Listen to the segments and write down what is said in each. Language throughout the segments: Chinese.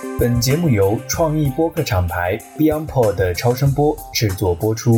本节目由创意播客厂牌 BeyondPod 的超声波制作播出。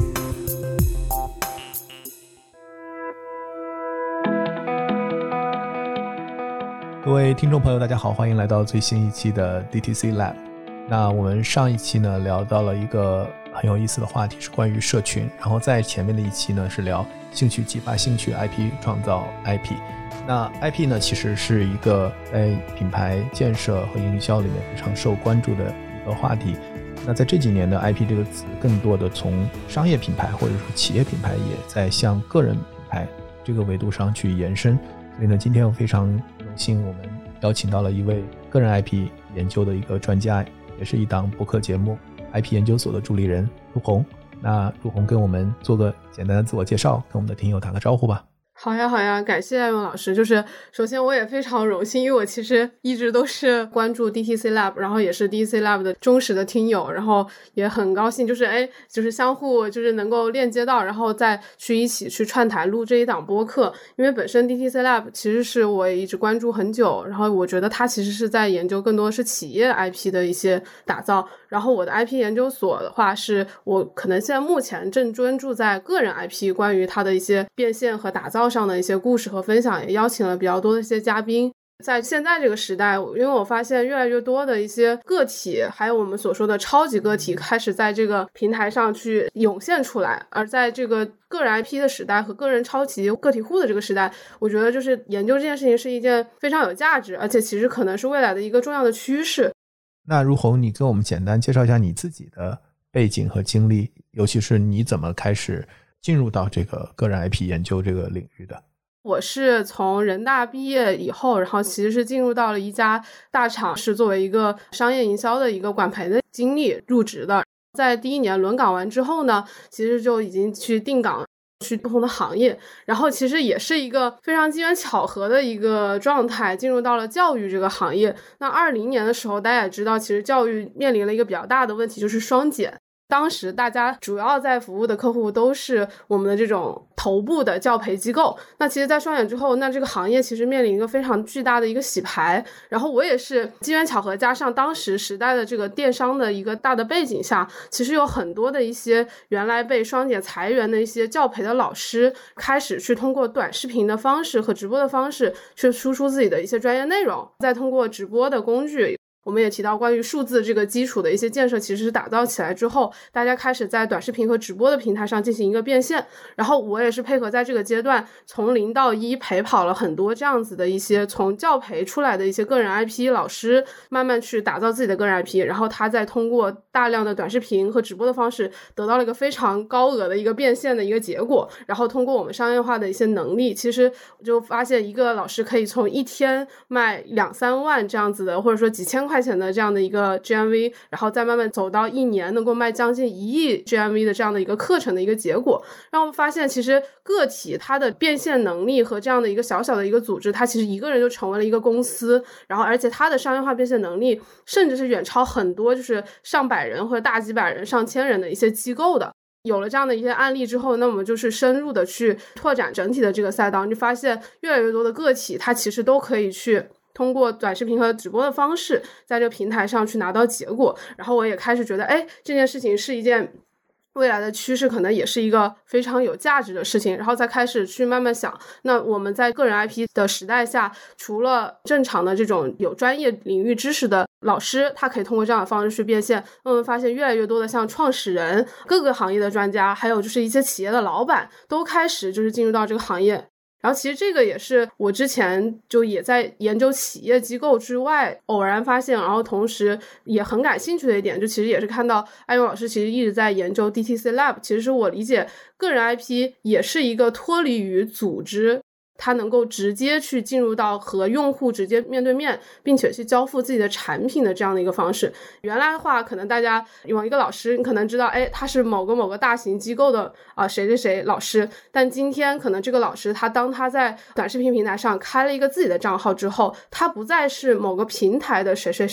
各位听众朋友大家好，欢迎来到最新一期的 DTC Lab。 那我们上一期呢聊到了一个很有意思的话题，是关于社群，然后在前面的一期呢是聊兴趣激发兴趣， IP 创造 IP。 那 IP 呢其实是一个在品牌建设和营销里面非常受关注的一个话题。那在这几年的 IP 这个词更多的从商业品牌或者说企业品牌也在向个人品牌这个维度上去延伸。所以呢今天我非常荣幸，我们邀请到了一位个人 IP 研究的一个专家，也是一档播客节目 IP 研究所的助理人陆红。那陆红跟我们做个简单的自我介绍，跟我们的听友打个招呼吧。 好呀，感谢艾勇老师。就是首先我也非常荣幸，因为我其实一直都是关注 DTC Lab， 然后也是 DTC Lab 的忠实的听友，然后也很高兴就是相互就是能够链接到，然后再去一起去串台录这一档播客。因为本身 DTC Lab 其实是我也一直关注很久，然后我觉得它其实是在研究更多是企业 IP 的一些打造，然后我的 IP 研究所的话是我可能现在目前正专注在个人 IP 关于它的一些变现和打造上的一些故事和分享，也邀请了比较多的一些嘉宾。在现在这个时代，因为我发现越来越多的一些个体还有我们所说的超级个体开始在这个平台上去涌现出来，而在这个个人 IP 的时代和个人超级个体户的这个时代，我觉得就是研究这件事情是一件非常有价值，而且其实可能是未来的一个重要的趋势。 那如红，你跟我们简单介绍一下你自己的背景和经历，尤其是你怎么开始进入到这个个人 IP 研究这个领域的。 我是从人大毕业以后，然后其实是进入到了一家大厂，是作为一个商业营销的一个管培的经历入职的。在第一年轮岗完之后呢，其实就已经去定岗去不同的行业，然后其实也是一个非常机缘巧合的一个状态，进入到了教育这个行业。那20年的时候，大家也知道其实教育面临了一个比较大的问题，就是双减。当时大家主要在服务的客户都是我们的这种头部的教培机构，那其实在双减之后，那这个行业其实面临一个非常巨大的一个洗牌。然后我也是机缘巧合加上当时时代的这个电商的一个大的背景下，其实有很多的一些原来被双减裁员的一些教培的老师开始去通过短视频的方式和直播的方式去输出自己的一些专业内容，再通过直播的工具，我们也提到关于数字这个基础的一些建设其实是打造起来之后，大家开始在短视频和直播的平台上进行一个变现。然后我也是配合在这个阶段从0到1陪跑了很多这样子的一些从教培出来的一些个人 IP 老师，慢慢去打造自己的个人 IP， 然后他再通过大量的短视频和直播的方式得到了一个非常高额的一个变现的一个结果。然后通过我们商业化的一些能力，其实就发现一个老师可以从一天卖2-3万这样子的，或者说几千块钱的这样的一个 GMV， 然后再慢慢走到1年能够卖将近1亿 GMV 的这样的一个课程的一个结果。让我们发现其实个体它的变现能力和这样的一个小小的一个组织，它其实一个人就成为了一个公司，然后而且它的商业化变现能力甚至是远超很多就是上百人或者大几百人上千人的一些机构的。有了这样的一些案例之后，那我们就是深入的去拓展整体的这个赛道，你就发现越来越多的个体它其实都可以去通过短视频和直播的方式在这个平台上去拿到结果。然后我也开始觉得这件事情是一件未来的趋势，可能也是一个非常有价值的事情。然后再开始去慢慢想，那我们在个人 IP 的时代下，除了正常的这种有专业领域知识的老师，他可以通过这样的方式去变现，那我们发现越来越多的像创始人、各个行业的专家，还有就是一些企业的老板都开始就是进入到这个行业。然后其实这个也是我之前就也在研究企业机构之外偶然发现，然后同时也很感兴趣的一点，就其实也是看到艾勇老师其实一直在研究 DTC Lab。 其实是我理解个人 IP 也是一个脱离于组织，它能够直接去进入到和用户直接面对面，并且去交付自己的产品的这样的一个方式。原来的话可能大家用一个老师，你可能知道他是某个大型机构的谁谁谁老师，但今天可能这个老师当他在短视频平台上开了一个自己的账号之后，他不再是某个平台的谁谁谁，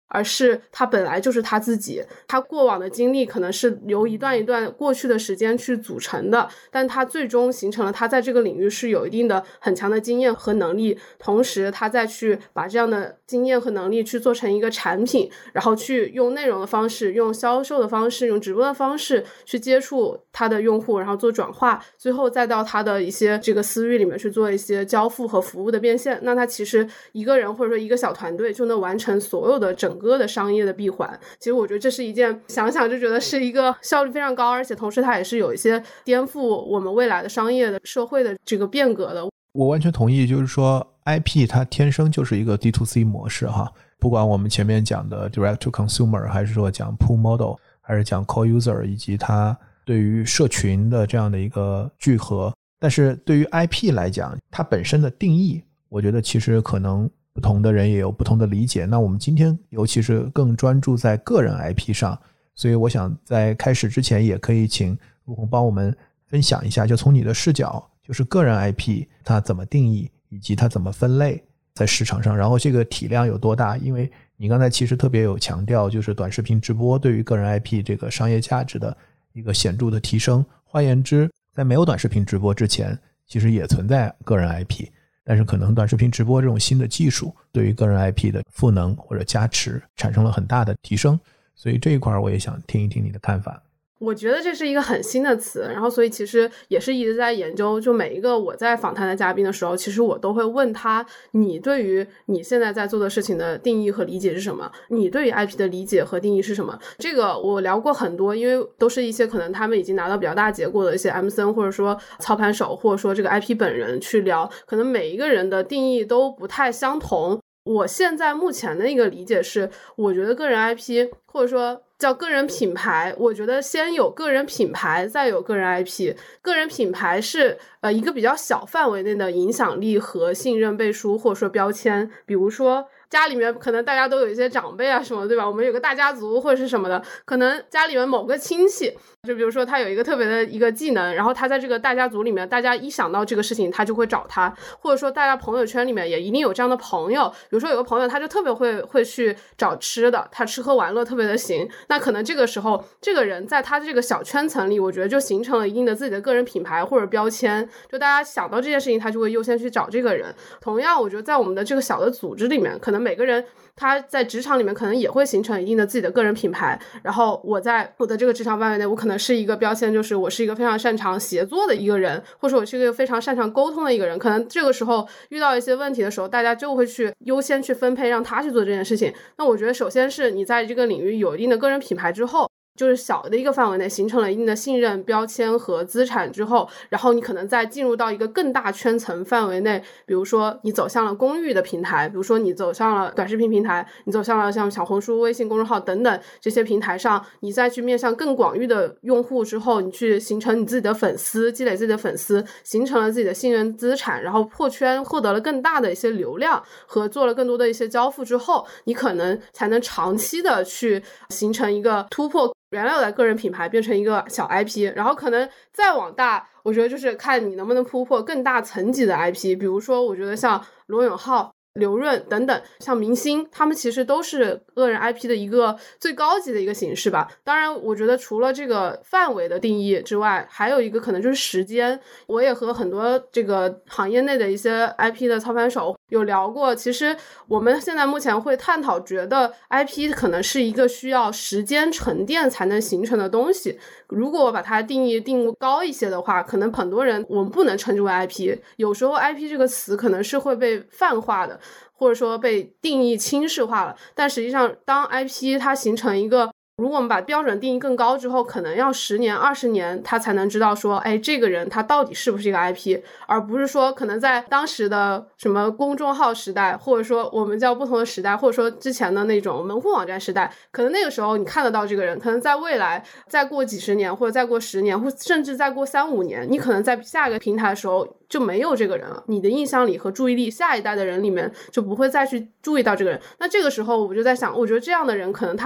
而是他本来就是他自己，他过往的经历可能是由一段一段过去的时间去组成的，但他最终形成了他在这个领域是有一定的很强的经验和能力，同时他再去把这样的经验和能力去做成一个产品，然后去用内容的方式，用销售的方式，用直播的方式去接触他的用户，然后做转化，最后再到他的一些这个私域里面去做一些交付和服务的变现。那他其实一个人或者说一个小团队就能完成所有的整个的商业的闭环。其实我觉得这是一件想想就觉得是一个效率非常高，而且同时它也是有一些颠覆我们未来的商业的社会的这个变革的。 我完全同意，就是说 IP 它天生就是一个 D2C 模式哈，不管我们前面讲的 Direct to Consumer 还是说讲 Pull Model 还是讲 Core User 以及它对于社群的这样的一个聚合，但是对于 IP 来讲它本身的定义我觉得其实可能不同的人也有不同的理解。那我们今天尤其是更专注在个人 IP 上，所以我想在开始之前也可以请陆红帮我们分享一下，就从你的视角，就是个人 IP 它怎么定义以及它怎么分类在市场上，然后这个体量有多大。因为你刚才其实特别有强调，就是短视频直播对于个人 IP 这个商业价值的一个显著的提升。换言之，在没有短视频直播之前其实也存在个人 IP， 但是可能短视频直播这种新的技术对于个人 IP 的赋能或者加持产生了很大的提升，所以这一块我也想听一听你的看法。 我觉得这是一个很新的词，然后所以其实也是一直在研究，就每一个我在访谈的嘉宾的时候，其实我都会问他，你对于你现在在做的事情的定义和理解是什么？你对于 IP 的理解和定义是什么？这个我聊过很多，因为都是一些可能他们已经拿到比较大结果的一些 MCN 或者说操盘手，或者说这个 IP 本人去聊，可能每一个人的定义都不太相同。我现在目前的一个理解是，我觉得个人 IP 或者说叫个人品牌，我觉得先有个人品牌再有个人 IP。 个人品牌是一个比较小范围内的影响力和信任背书或者说标签，比如说家里面可能大家都有一些长辈啊什么，对吧？我们有个大家族或者是什么的，可能家里面某个亲戚，就比如说他有一个特别的一个技能，然后他在这个大家族里面，大家一想到这个事情他就会找他，或者说大家朋友圈里面也一定有这样的朋友，比如说有个朋友他就特别会去找吃的，他吃喝玩乐特别的行，那可能这个时候这个人在他这个小圈层里，我觉得就形成了一定的自己的个人品牌或者标签，就大家想到这件事情他就会优先去找这个人。同样我觉得在我们的这个小的组织里面，可能每个人他在职场里面可能也会形成一定的自己的个人品牌，然后我在我的这个职场范围内，我可能是一个标签，就是我是一个非常擅长协作的一个人，或者我是一个非常擅长沟通的一个人，可能这个时候遇到一些问题的时候，大家就会去优先去分配让他去做这件事情。那我觉得首先是你在这个领域有一定的个人品牌之后，就是小的一个范围内形成了一定的信任标签和资产之后，然后你可能再进入到一个更大圈层范围内，比如说你走向了公域的平台，比如说你走向了短视频平台，你走向了像小红书、微信公众号等等这些平台上，你再去面向更广域的用户之后，你去形成你自己的粉丝，积累自己的粉丝，形成了自己的信任资产，然后破圈获得了更大的一些流量和做了更多的一些交付之后，你可能才能长期的去形成一个突破原来的个人品牌变成一个小 IP， 然后可能再往大，我觉得就是看你能不能突破更大层级的 IP。 比如说我觉得像罗永浩、刘润等等，像明星，他们其实都是个人 IP 的一个最高级的一个形式吧。当然我觉得除了这个范围的定义之外，还有一个可能就是时间。我也和很多这个行业内的一些 IP 的操盘手有聊过，其实我们现在目前会探讨，觉得 IP 可能是一个需要时间沉淀才能形成的东西。如果我把它定高一些的话，可能很多人我们不能称之为 IP。 有时候 IP 这个词可能是会被泛化的，或者说被定义轻视化了，但实际上当 IP 它形成一个，如果我们把标准定义更高之后，可能要10年20年他才能知道说，哎，这个人他到底是不是一个 IP， 而不是说可能在当时的什么公众号时代，或者说我们叫不同的时代，或者说之前的那种门户网站时代，可能那个时候你看得到这个人，可能在未来再过几十年，或者再过10年，或甚至再过3-5年，你可能在下一个平台的时候就没有这个人了，你的印象里和注意力下一代的人里面就不会再去注意到这个人。那这个时候我就在想，我觉得这样的人可能他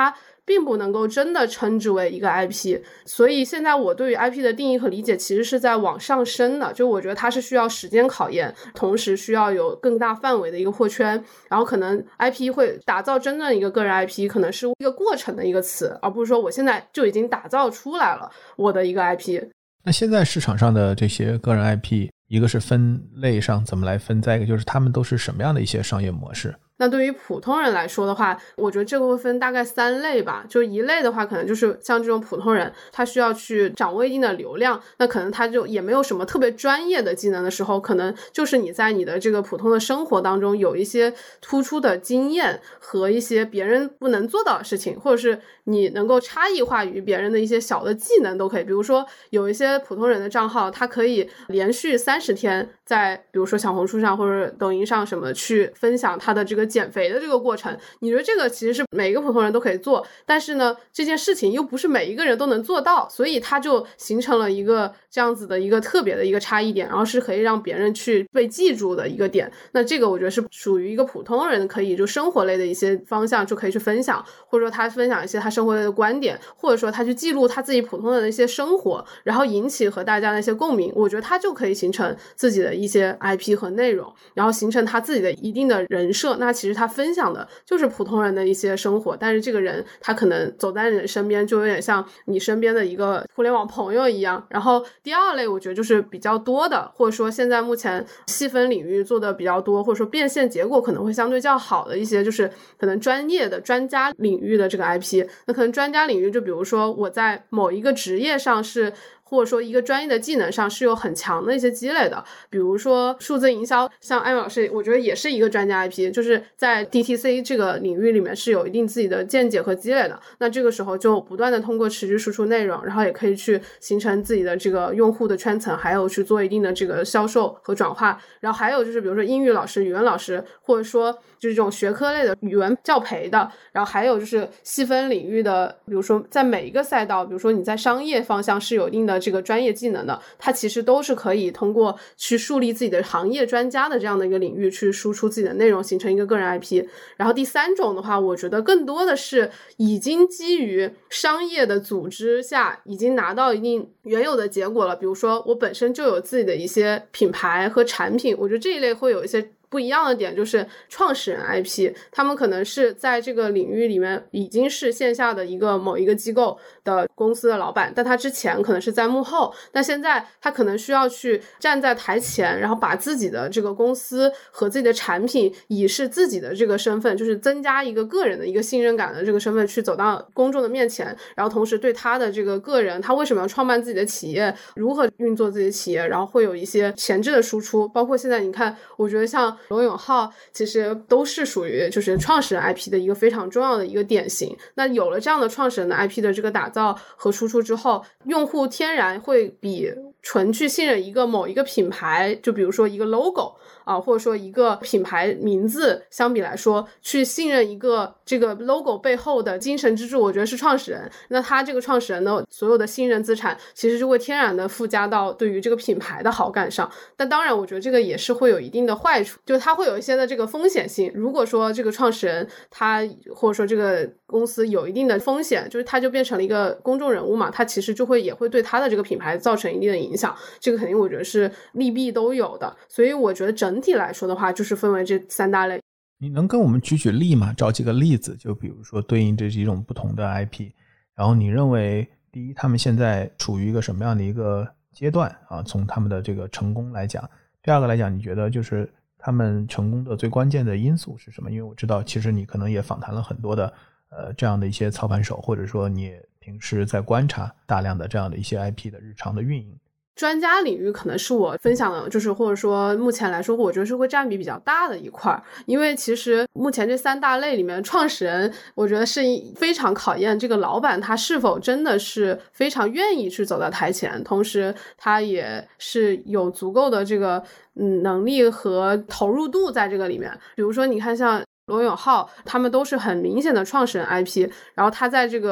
并不能够真的称之为一个 IP。 所以现在我对于 IP 的定义和理解其实是在往上升的，就我觉得它是需要时间考验，同时需要有更大范围的一个破圈，然后可能 IP 会打造真正一个个人 IP 可能是一个过程的一个词，而不是说我现在就已经打造出来了我的一个 IP。 那现在市场上的这些个人 IP， 一个是分类上怎么来分，再一个就是他们都是什么样的一些商业模式？ 那对于普通人来说的话，我觉得这个会分大概3类吧。就一类的话，可能就是像这种普通人，他需要去掌握一定的流量，那可能他就也没有什么特别专业的技能的时候，可能就是你在你的这个普通的生活当中有一些突出的经验和一些别人不能做到的事情，或者是你能够差异化于别人的一些小的技能都可以。比如说有一些普通人的账号，他可以连续30天在比如说小红书上或者抖音上什么去分享他的这个减肥的这个过程，你觉得这个其实是每一个普通人都可以做，但是呢这件事情又不是每一个人都能做到，所以它就形成了一个这样子的一个特别的一个差异点，然后是可以让别人去被记住的一个点。那这个我觉得是属于一个普通人可以就生活类的一些方向就可以去分享，或者说他分享一些他生活类的观点，或者说他去记录他自己普通的一些生活，然后引起和大家的一些共鸣，我觉得他就可以形成自己的一些 IP 和内容，然后形成他自己的一定的人设。那其实他分享的就是普通人的一些生活，但是这个人他可能走在你的身边，就有点像你身边的一个互联网朋友一样。然后第二类我觉得就是比较多的，或者说现在目前细分领域做的比较多，或者说变现结果可能会相对较好的一些，就是可能专业的专家领域的这个 IP。 那可能专家领域就比如说我在某一个职业上是或者说一个专业的技能上是有很强的一些积累的，比如说数字营销，像艾米老师我觉得也是一个专家 IP， 就是在 DTC 这个领域里面是有一定自己的见解和积累的，那这个时候就不断的通过持续输出内容，然后也可以去形成自己的这个用户的圈层，还有去做一定的这个销售和转化。然后还有就是比如说英语老师、语文老师，或者说就是这种学科类的语文教培的，然后还有就是细分领域的，比如说在每一个赛道，比如说你在商业方向是有一定的这个专业技能的，它其实都是可以通过去树立自己的行业专家的这样的一个领域去输出自己的内容，形成一个个人 IP。 然后第三种的话，我觉得更多的是已经基于商业的组织下已经拿到一定原有的结果了，比如说我本身就有自己的一些品牌和产品，我觉得这一类会有一些不一样的点，就是创始人 IP， 他们可能是在这个领域里面已经是线下的一个某一个机构的公司的老板，但他之前可能是在幕后，但现在他可能需要去站在台前，然后把自己的这个公司和自己的产品以是自己的这个身份，就是增加一个个人的一个信任感的这个身份去走到公众的面前，然后同时对他的这个个人，他为什么要创办自己的企业，如何运作自己的企业，然后会有一些前置的输出。包括现在你看，我觉得像罗永浩其实都是属于就是创始人 IP 的一个非常重要的一个典型。那有了这样的创始人的 IP 的这个打造和输出之后，用户天然会比纯去信任一个某一个品牌，就比如说一个 logo啊，或者说一个品牌名字相比来说，去信任一个这个 logo 背后的精神支柱，我觉得是创始人。那他这个创始人的所有的信任资产其实就会天然的附加到对于这个品牌的好感上。但当然我觉得这个也是会有一定的坏处，就是它会有一些的这个风险性。如果说这个创始人他或者说这个公司有一定的风险，就是他就变成了一个公众人物嘛，他其实就会也会对他的这个品牌造成一定的影响，这个肯定我觉得是利弊都有的。所以我觉得整体来说的话，就是分为这3大类。 你能跟我们举例吗？找几个例子，就比如说对应这几种不同的 IP， 然后你认为第一他们现在处于一个什么样的一个阶段啊？从他们的这个成功来讲，第二个来讲，你觉得就是他们成功的最关键的因素是什么？因为我知道其实你可能也访谈了很多的这样的一些操盘手，或者说你也平时在观察大量的这样的一些 IP 的日常的运营。 专家领域可能是我分享的，就是或者说目前来说我觉得是会占比比较大的一块，因为其实目前这3大类里面，创始人我觉得是非常考验这个老板他是否真的是非常愿意去走到台前，同时他也是有足够的这个能力和投入度在这个里面。比如说你看像罗永浩他们都是很明显的创始人 IP， 然后他在这个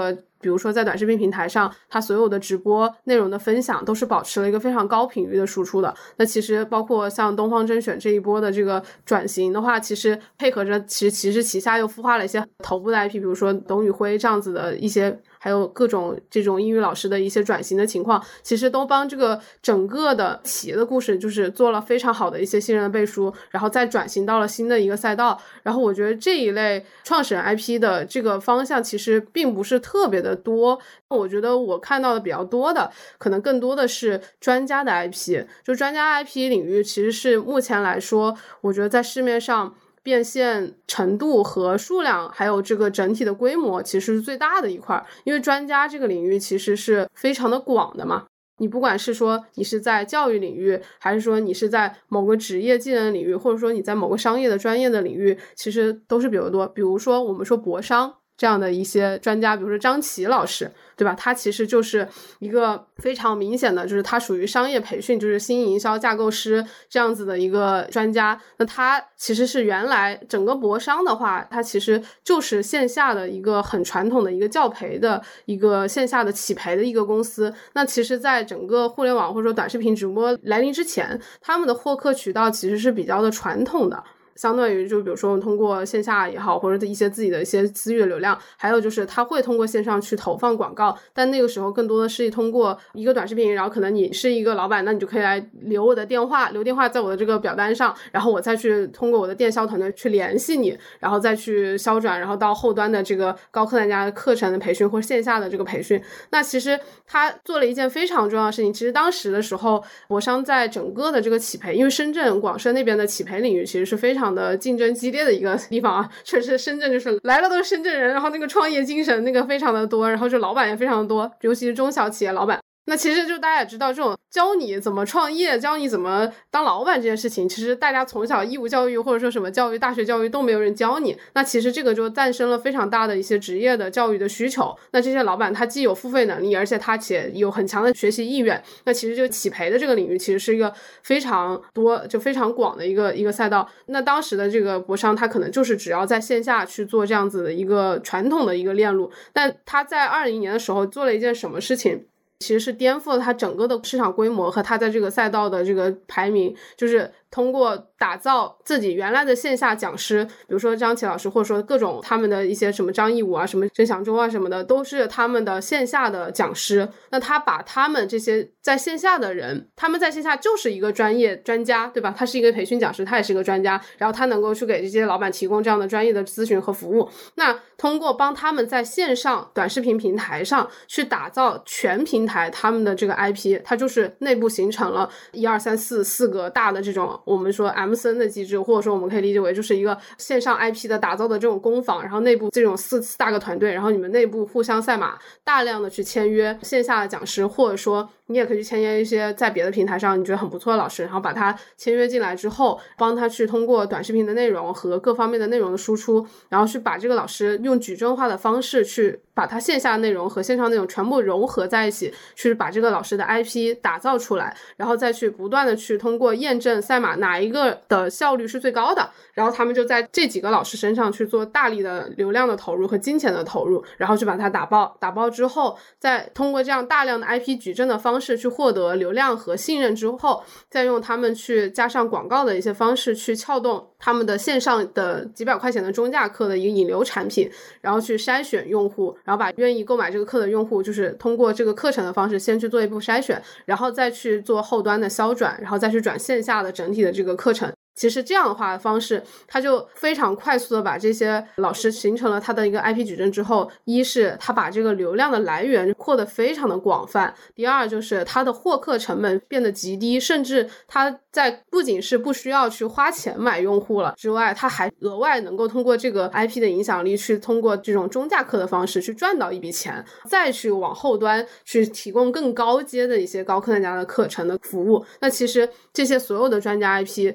比如说在短视频平台上，它所有的直播内容的分享都是保持了一个非常高频率的输出的。那其实包括像东方甄选这一波的这个转型的话，其实配合着其实旗下又孵化了一些头部的 IP， 比如说董宇辉这样子的一些，还有各种这种英语老师的一些转型的情况，其实都帮这个整个的企业的故事就是做了非常好的一些信任的背书，然后再转型到了新的一个赛道。然后我觉得这一类创始人 IP 的这个方向其实并不是特别的多，我觉得我看到的比较多的可能更多的是专家的 IP， 就专家 IP 领域其实是目前来说我觉得在市面上变现程度和数量还有这个整体的规模其实是最大的一块，因为专家这个领域其实是非常的广的嘛，你不管是说你是在教育领域，还是说你是在某个职业技能领域，或者说你在某个商业的专业的领域，其实都是比较多。比如说我们说博商这样的一些专家，比如说张琪老师，对吧？他其实就是一个非常明显的，就是他属于商业培训，就是新营销架构师这样子的一个专家。那他其实是原来整个博商的话，他其实就是线下的一个很传统的一个教培的一个线下的企培的一个公司。那其实在整个互联网或者说短视频直播来临之前，他们的获客渠道其实是比较的传统的，相对于就比如说通过线下也好，或者一些自己的一些私域的流量，还有就是他会通过线上去投放广告，但那个时候更多的是通过一个短视频，然后可能你是一个老板，那你就可以来留我的电话，留电话在我的这个表单上，然后我再去通过我的电销团队去联系你，然后再去销转，然后到后端的这个高客单价的课程的培训或者线下的这个培训。那其实他做了一件非常重要的事情，其实当时的时候博商在整个的这个企培，因为深圳广深那边的企培领域其实是非常的竞争激烈的一个地方啊，确实深圳就是来了都是深圳人，然后那个创业精神那个非常的多，然后就老板也非常的多，尤其是中小企业老板。那其实就大家也知道，这种教你怎么创业，教你怎么当老板这件事情，其实大家从小义务教育或者说什么教育大学教育都没有人教你，那其实这个就诞生了非常大的一些职业的教育的需求。那这些老板他既有付费能力，而且他且有很强的学习意愿，那其实这个企培的这个领域其实是一个非常多就非常广的一个赛道。那当时的这个博商他可能就是只要在线下去做这样子的一个传统的一个链路，但他在2020年的时候做了一件什么事情，其实是颠覆了它整个的市场规模和它在这个赛道的这个排名，就是通过打造自己原来的线下讲师，比如说张琪老师，或者说各种他们的一些什么张艺武啊，什么曾祥洲啊什么的，都是他们的线下的讲师。那他把他们这些在线下的人，他们在线下就是一个专业专家，对吧？他是一个培训讲师，他也是一个专家，然后他能够去给这些老板提供这样的专业的咨询和服务。那通过帮他们在线上短视频平台上去打造全平台他们的这个 IP， 它就是内部形成了1、2、3、4个大的这种我们说 MCN 的机制，或者说我们可以理解为就是一个线上 IP 的打造的这种工坊，然后内部这种4大个团队，然后你们内部互相赛马，大量的去签约线下的讲师，或者说你也可以去签约一些在别的平台上你觉得很不错的老师，然后把他签约进来之后，帮他去通过短视频的内容和各方面的内容的输出，然后去把这个老师用矩阵化的方式去把他线下内容和线上内容全部融合在一起，去把这个老师的 IP 打造出来，然后再去不断的去通过验证赛马哪一个的效率是最高的，然后他们就在这几个老师身上去做大力的流量的投入和金钱的投入，然后去把它打爆之后，再通过这样大量的 IP 矩阵的方式去获得流量和信任之后，再用他们去加上广告的一些方式去撬动他们的线上的几百块钱的中价课的一个引流产品，然后去筛选用户，然后把愿意购买这个课的用户就是通过这个课程的方式先去做一步筛选，然后再去做后端的销转，然后再去转线下的整体的这个课程。其实这样的话方式，它就非常快速的把这些老师形成了他的一个 IP 矩阵之后，一是他把这个流量的来源扩得非常的广泛，第二就是他的获客成本变得极低，甚至他在不仅是不需要去花钱买用户了之外，他还额外能够通过这个 IP 的影响力去通过这种中价课的方式去赚到一笔钱，再去往后端去提供更高阶的一些高客单价的课程的服务。那其实这些所有的专家 IP 就形成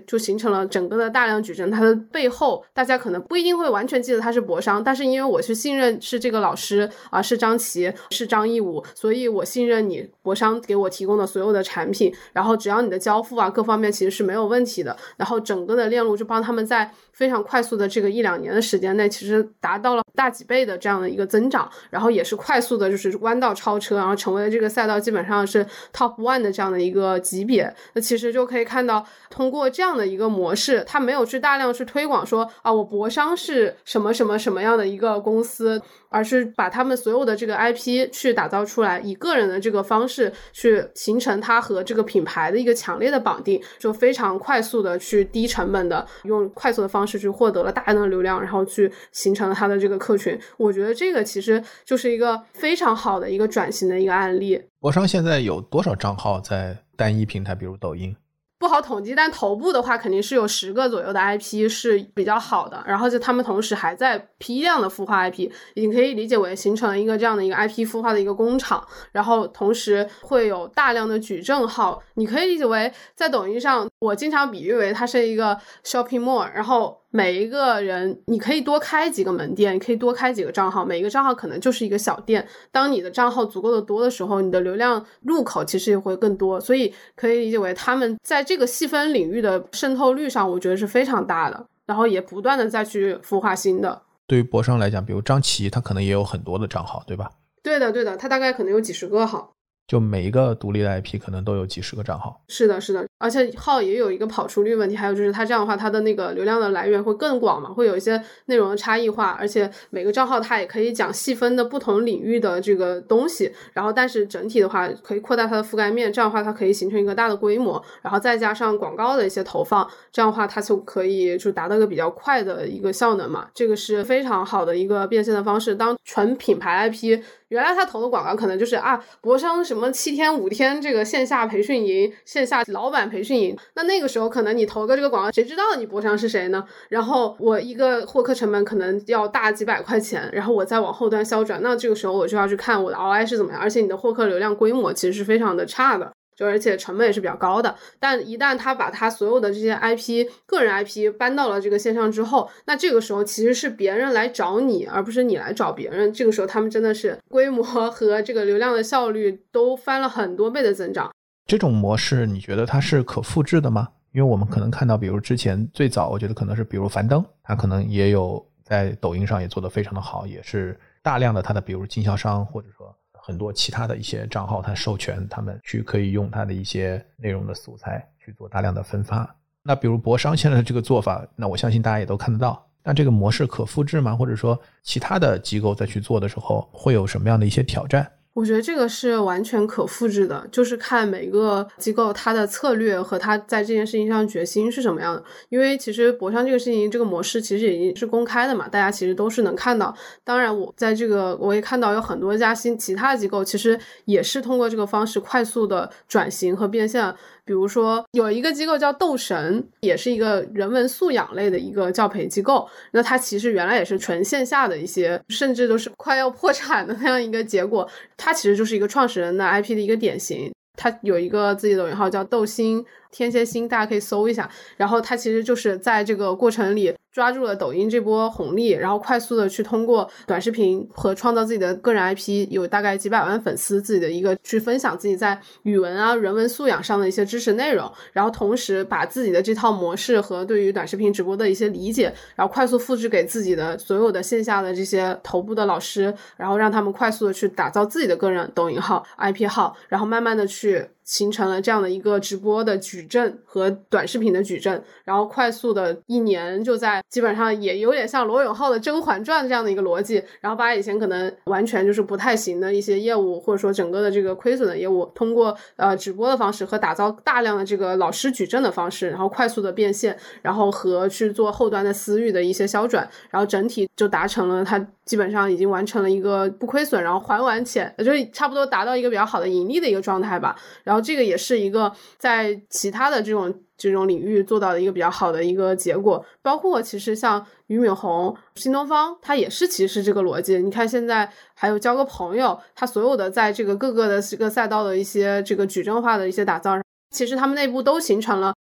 成了整个的大量矩阵，它的背后大家可能不一定会完全记得它是博商，但是因为我是信任是这个老师是张琪，是张艺武，所以我信任你博商给我提供的所有的产品，然后只要你的交付各方面其实是没有问题的，然后整个的链路就帮他们在非常快速的这个1-2年的时间内其实达到了大几倍的这样的一个增长，然后也是快速的就是弯道超车，然后成为了这个赛道基本上是 top 1的这样的一个级别。那其实就可以看到通过这样的一个模式，他没有去大量去推广说我博商是什么什么什么样的一个公司，而是把他们所有的这个 IP 去打造出来，以个人的这个方式去形成它和这个品牌的一个强烈的绑定，就非常快速的去低成本的用快速的方式去获得了大量的流量，然后去形成了它的这个客群。我觉得这个其实就是一个非常好的一个转型的一个案例。 博商现在有多少账号在单一平台，比如抖音？ 不好统计，但头部的话肯定是有10个左右的 IP 是比较好的，然后就他们同时还在批量的孵化 IP， 你可以理解为形成了一个这样的一个 IP 孵化的一个工厂，然后同时会有大量的矩阵号，你可以理解为在抖音上我经常比喻为它是一个 shopping mall， 然后每一个人你可以多开几个门店，你可以多开几个账号，每一个账号可能就是一个小店，当你的账号足够的多的时候，你的流量入口其实也会更多，所以可以理解为他们在这个细分领域的渗透率上我觉得是非常大的，然后也不断的再去孵化新的。 对于博商来讲，比如张琪他可能也有很多的账号，对吧？ 对的对的，他大概可能有几十个号， 就每一个独立的 IP 可能都有几十个账号。 是的是的，而且号也有一个跑出率问题，还有就是它这样的话它的那个流量的来源会更广嘛，会有一些内容的差异化，而且每个账号它也可以讲细分的不同领域的这个东西，然后但是整体的话可以扩大它的覆盖面，这样的话它可以形成一个大的规模，然后再加上广告的一些投放，这样的话它就可以就达到一个比较快的一个效能嘛，这个是非常好的一个变现的方式。当纯品牌 IP原来他投的广告可能就是博商什么7天5天这个线下培训营，线下老板培训营，那个时候可能你投个这个广告谁知道你博商是谁呢，然后我一个获客成本可能要大几百块钱，然后我再往后端销转，那这个时候我就要去看我的 ROI 是怎么样，而且你的获客流量规模其实是非常的差的，就而且成本也是比较高的。但一旦他把他所有的这些 IP 个人 IP 搬到了这个线上之后，那这个时候其实是别人来找你，而不是你来找别人，这个时候他们真的是规模和这个流量的效率都翻了很多倍的增长。 这种模式你觉得它是可复制的吗？因为我们可能看到比如之前最早我觉得可能是比如樊登，他可能也有在抖音上也做得非常的好，也是大量的他的比如经销商或者说很多其他的一些账号他授权他们去可以用他的一些内容的素材去做大量的分发。那比如博商现在的这个做法，那我相信大家也都看得到，那这个模式可复制吗？或者说其他的机构在去做的时候会有什么样的一些挑战？ 我觉得这个是完全可复制的，就是看每个机构它的策略和它在这件事情上决心是什么样的。因为其实博商这个事情这个模式其实已经是公开的嘛，大家其实都是能看到。当然我在这个我也看到有很多家其他的机构其实也是通过这个方式快速的转型和变现。比如说有一个机构叫斗神，也是一个人文素养类的一个教培机构，那它其实原来也是纯线下的一些甚至都是快要破产的那样一个结果，它其实就是一个创始人的 IP 的一个典型。他有一个自己的抖音号叫斗心天蝎星，大家可以搜一下，然后他其实就是在这个过程里抓住了抖音这波红利，然后快速的去通过短视频和创造自己的个人 IP， 有大概几百万粉丝，自己的一个去分享自己在语文人文素养上的一些知识内容，然后同时把自己的这套模式和对于短视频直播的一些理解，然后快速复制给自己的所有的线下的这些头部的老师，然后让他们快速的去打造自己的个人抖音号 IP 号，然后慢慢的去形成了这样的一个直播的矩阵和短视频的矩阵，然后快速的1年就在基本上也有点像罗永浩的甄嬛传这样的一个逻辑，然后把以前可能完全就是不太行的一些业务，或者说整个的这个亏损的业务，通过直播的方式和打造大量的这个老师矩阵的方式，然后快速的变现，然后和去做后端的私域的一些销转，然后整体就达成了它基本上已经完成了一个不亏损，然后还完钱，就是差不多达到一个比较好的盈利的一个状态吧。然后这个也是一个在其他的这种领域做到的一个比较好的一个结果，包括其实像俞敏洪、新东方，它也是其实这个逻辑。你看现在还有交个朋友，它所有的在这个各个的这个赛道的一些这个矩阵化的一些打造，其实他们内部都形成了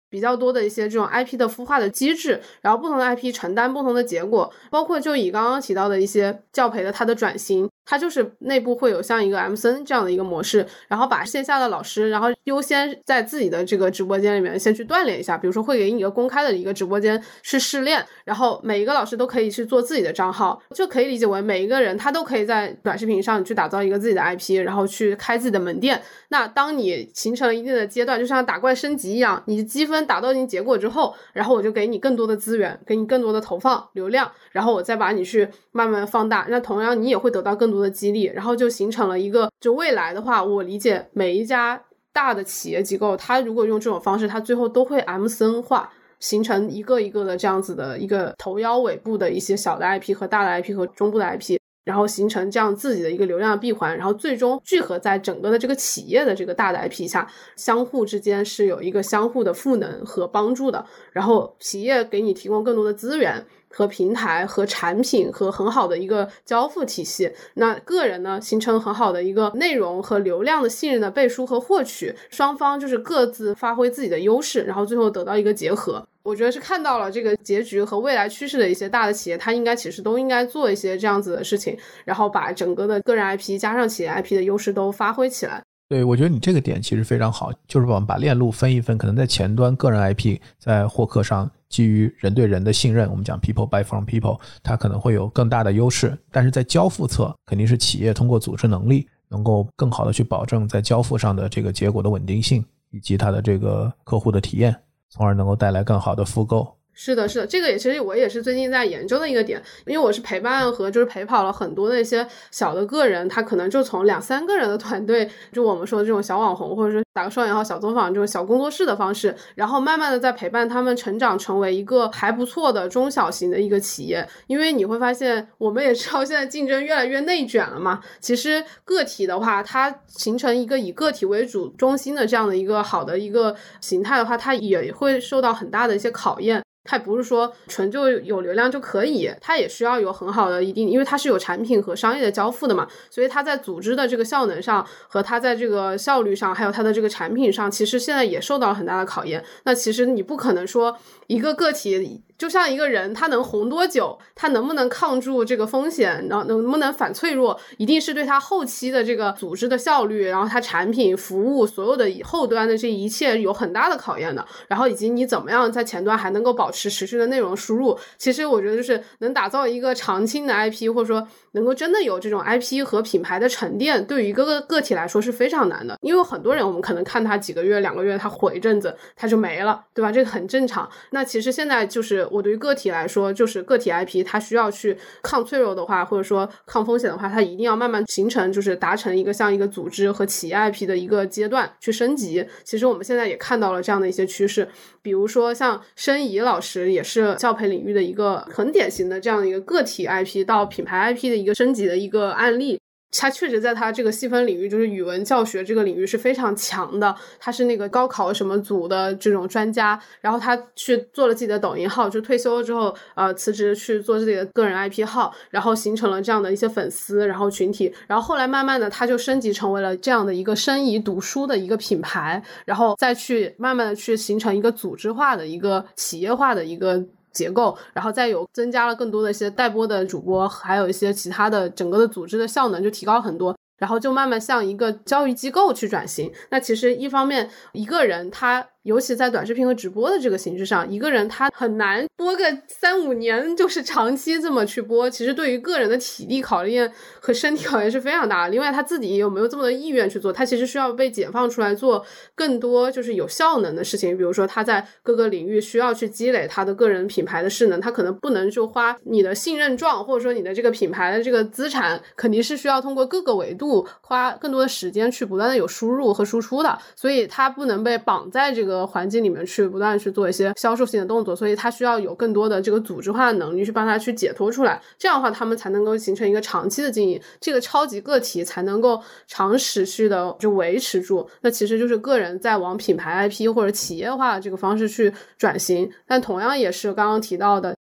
比较多的一些这种 IP 的孵化的机制，然后不同的 IP 承担不同的结果，包括就以刚刚提到的一些教培的它的转型，它就是内部会有像一个 MCN 这样的一个模式，然后把线下的老师然后优先在自己的这个直播间里面先去锻炼一下，比如说会给你一个公开的一个直播间去试练，然后每一个老师都可以去做自己的账号，就可以理解为每一个人他都可以在短视频上去打造一个自己的 IP， 然后去开自己的门店。那当你形成了一定的阶段，就像打怪升级一样，你积分达到一定结果之后，然后我就给你更多的资源，给你更多的投放流量，然后我再把你去慢慢放大，那同样你也会得到更多的激励，然后就形成了一个，就未来的话我理解每一家大的企业机构，它如果用这种方式，它最后都会 MCN 化，形成一个一个的这样子的一个头腰尾部的一些小的 IP 和大的 IP 和中部的 IP，然后形成这样自己的一个流量的闭环，然后最终聚合在整个的这个企业的这个大的 IP 下，相互之间是有一个相互的赋能和帮助的，然后企业给你提供更多的资源和平台和产品和很好的一个交付体系，那个人呢形成很好的一个内容和流量的信任的背书和获取，双方就是各自发挥自己的优势，然后最后得到一个结合。我觉得是看到了这个结局和未来趋势的一些大的企业，它应该其实都应该做一些这样子的事情，然后把整个的个人 IP 加上企业 IP 的优势都发挥起来。 对，我觉得你这个点其实非常好，就是我们把链路分一分，可能在前端个人 IP 在获客上基于人对人的信任，我们讲 people buy from people， 它可能会有更大的优势，但是在交付侧肯定是企业通过组织能力能够更好的去保证在交付上的这个结果的稳定性以及它的这个客户的体验，从而能够带来更好的复购。 是的，是的，这个也其实我也是最近在研究的一个点，因为我是陪伴和就是陪跑了很多的一些小的个人，他可能就从2-3个人的团队，就我们说的这种小网红，或者说打个双引号小作坊这种小工作室的方式，然后慢慢的在陪伴他们成长成为一个还不错的中小型的一个企业。因为你会发现我们也知道现在竞争越来越内卷了嘛，其实个体的话它形成一个以个体为主中心的这样的一个好的一个形态的话，它也会受到很大的一些考验，它不是说纯就有流量就可以，它也需要有很好的一定，因为它是有产品和商业的交付的嘛，所以它在组织的这个效能上和它在这个效率上还有它的这个产品上，其实现在也受到了很大的考验。那其实你不可能说一个个体就像一个人，他能红多久，他能不能抗住这个风险，然后能不能反脆弱，一定是对他后期的这个组织的效率，然后他产品服务所有的后端的这一切有很大的考验的，然后以及你怎么样在前端还能够保持持续的内容输入。其实我觉得就是能打造一个长青的 IP， 或者说能够真的有这种 IP 和品牌的沉淀，对于一个个体来说是非常难的。因为很多人我们可能看他几个月2个月他火一阵子他就没了，对吧？这个很正常。那其实现在就是我对于个体来说，就是个体 IP 它需要去抗脆弱的话，或者说抗风险的话，它一定要慢慢形成，就是达成一个像一个组织和企业 IP 的一个阶段去升级。其实我们现在也看到了这样的一些趋势，比如说像申怡老师也是教培领域的一个很典型的这样的一个个体 IP 到品牌 IP 的一个升级的一个案例。他确实在他这个细分领域，就是语文教学这个领域是非常强的，他是那个高考什么组的这种专家，然后他去做了自己的抖音号，就退休了之后辞职去做自己的个人 IP 号，然后形成了这样的一些粉丝然后群体，然后后来慢慢的他就升级成为了这样的一个申怡读书的一个品牌，然后再去慢慢的去形成一个组织化的一个企业化的一个结构，然后再有增加了更多的一些带播的主播，还有一些其他的整个的组织的效能就提高很多，然后就慢慢向一个教育机构去转型。那其实一方面一个人他尤其在短视频和直播的这个形式上，一个人他很难播个3-5年就是长期这么去播，其实对于个人的体力考验和身体考验是非常大的。另外他自己有没有这么多意愿去做，他其实需要被解放出来做更多就是有效能的事情，比如说他在各个领域需要去积累他的个人品牌的势能，他可能不能就花你的信任状或者说你的这个品牌的这个资产，肯定是需要通过各个维度花更多的时间去不断的有输入和输出的，所以他不能被绑在这个环境里面去不断的去做一些销售性的动作，所以他需要有更多的这个组织化的能力去帮他去解脱出来，这样的话他们才能够形成一个长期的经营，这个超级个体才能够长持续的就维持住。那其实就是个人在往品牌 IP 或者企业化这个方式去转型。但同样也是刚刚提到的，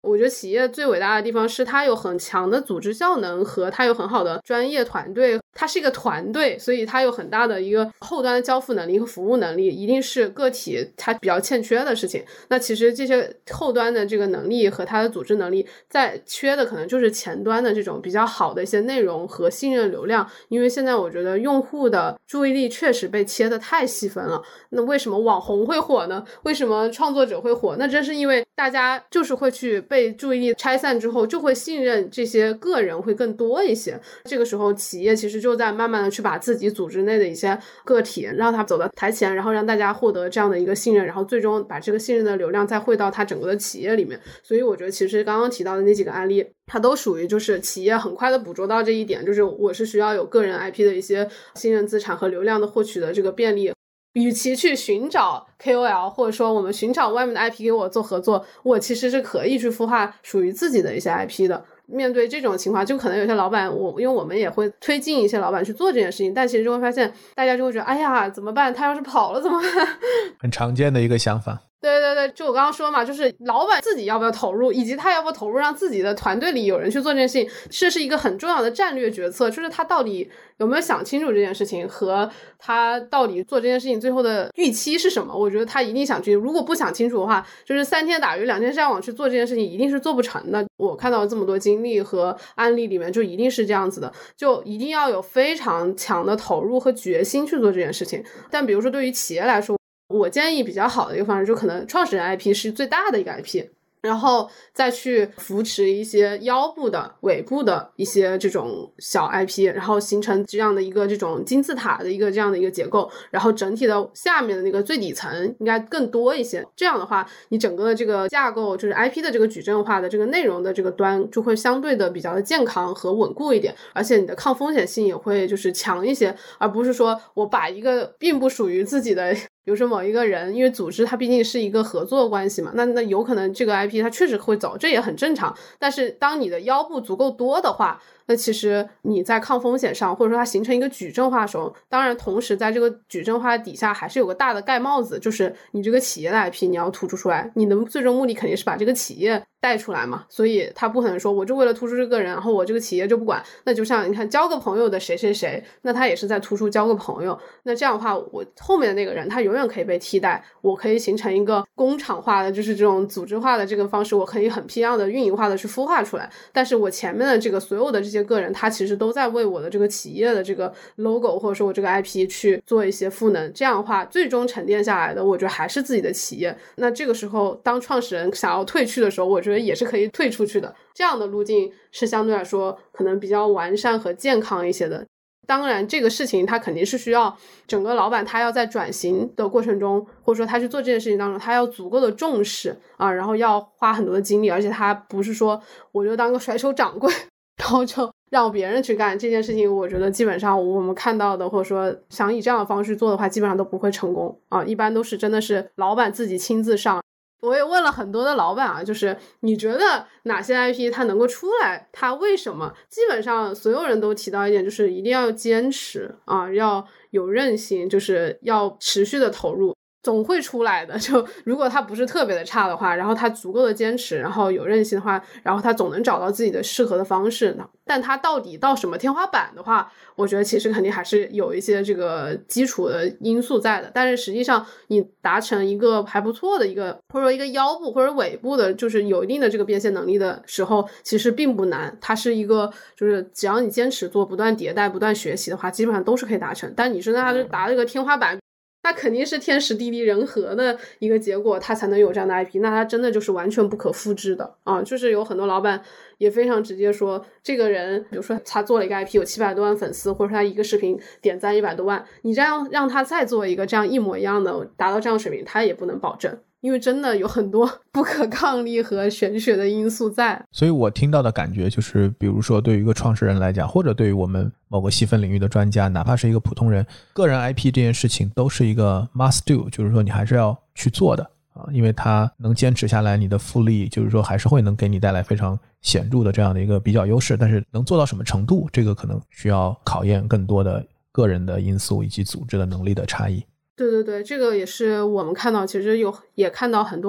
我觉得企业最伟大的地方是它有很强的组织效能和它有很好的专业团队，它是一个团队，所以它有很大的一个后端的交付能力和服务能力，一定是个体它比较欠缺的事情。那其实这些后端的这个能力和它的组织能力在缺的可能就是前端的这种比较好的一些内容和信任流量，因为现在我觉得用户的注意力确实被切得太细分了。那为什么网红会火呢？为什么创作者会火？那真是因为大家就是会去被注意力拆散之后，就会信任这些个人会更多一些。这个时候企业其实就在慢慢的去把自己组织内的一些个体让他走到台前，然后让大家获得这样的一个信任，然后最终把这个信任的流量再汇到他整个的企业里面。所以我觉得其实刚刚提到的那几个案例，它都属于就是企业很快的捕捉到这一点，就是我是需要有个人 IP 的一些信任资产和流量的获取的这个便利，与其去寻找 KOL 或者说我们寻找外面的 IP 给我做合作，我其实是可以去孵化属于自己的一些 IP 的。面对这种情况，就可能有些老板因为我们也会推进一些老板去做这件事情，但其实就会发现大家就会觉得哎呀怎么办，他要是跑了怎么办很常见的一个想法。 对对对，就我刚刚说嘛，就是老板自己要不要投入，以及他要不要投入让自己的团队里有人去做这件事情，这是一个很重要的战略决策，就是他到底有没有想清楚这件事情和他到底做这件事情最后的预期是什么。我觉得他一定想清楚，如果不想清楚的话，就是3天打鱼2天晒网去做这件事情一定是做不成的。我看到这么多经历和案例里面就一定是这样子的，就一定要有非常强的投入和决心去做这件事情。但比如说对于企业来说，我建议比较好的一个方式，就可能创始人 IP 是最大的一个 IP， 然后再去扶持一些腰部的尾部的一些这种小 IP， 然后形成这样的一个这种金字塔的一个这样的一个结构，然后整体的下面的那个最底层应该更多一些。这样的话你整个的这个架构，就是 IP 的这个矩阵化的这个内容的这个端就会相对的比较的健康和稳固一点，而且你的抗风险性也会就是强一些，而不是说我把一个并不属于自己的比如说某一个人，因为组织它毕竟是一个合作关系嘛，那有可能这个 IP 它确实会走，这也很正常。但是当你的腰部足够多的话，那其实你在抗风险上，或者说它形成一个矩阵化的时候，当然同时在这个矩阵化底下还是有个大的盖帽子，就是你这个企业的 IP 你要突出出来，你的最终目的肯定是把这个企业带出来嘛，所以他不可能说我就为了突出这个人，然后我这个企业就不管。那就像你看交个朋友的谁谁谁，那他也是在突出交个朋友，那这样的话我后面的那个人他永远可以被替代，我可以形成一个工厂化的就是这种组织化的这个方式，我可以很批量的运营化的去孵化出来，但是我前面的这个所有的这些个人他其实都在为我的这个企业的这个 logo 或者说我这个 IP 去做一些赋能，这样的话最终沉淀下来的我觉得还是自己的企业。那这个时候当创始人想要退去的时候，我觉得也是可以退出去的，这样的路径是相对来说可能比较完善和健康一些的。当然这个事情它肯定是需要整个老板他要在转型的过程中，或者说他去做这件事情当中他要足够的重视啊，然后要花很多的精力，而且他不是说我就当个甩手掌柜然后就让别人去干这件事情。我觉得基本上我们看到的或者说想以这样的方式做的话基本上都不会成功啊，一般都是真的是老板自己亲自上。我也问了很多的老板啊，就是你觉得哪些 IP 它能够出来，它为什么？基本上所有人都提到一点，就是一定要坚持啊，要有韧性，就是要持续的投入，总会出来的。就如果它不是特别的差的话，然后它足够的坚持，然后有韧性的话，然后它总能找到自己的适合的方式呢。但它到底到什么天花板的话，我觉得其实肯定还是有一些这个基础的因素在的。但是实际上你达成一个还不错的一个，或者说一个腰部或者尾部的就是有一定的这个变现能力的时候，其实并不难。它是一个就是只要你坚持做，不断迭代，不断学习的话，基本上都是可以达成。但你说它就达这个天花板，那肯定是天时地利人和的一个结果，它才能有这样的 IP， 那它真的就是完全不可复制的啊！就是有很多老板也非常直接说，这个人比如说他做了一个 IP 有700多万粉丝，或者说他一个视频点赞100多万，你这样让他再做一个这样一模一样的达到这样水平，他也不能保证，因为真的有很多不可抗力和玄学的因素在。 所以我听到的感觉就是，比如说对于一个创始人来讲，或者对于我们某个细分领域的专家，哪怕是一个普通人，个人 IP 这件事情都是一个 must do， 就是说你还是要去做的啊，因为它能坚持下来，你的复利就是说还是会能给你带来非常显著的这样的一个比较优势，但是能做到什么程度，这个可能需要考验更多的个人的因素以及组织的能力的差异。 对对对，这个也是我们看到，其实也看到很多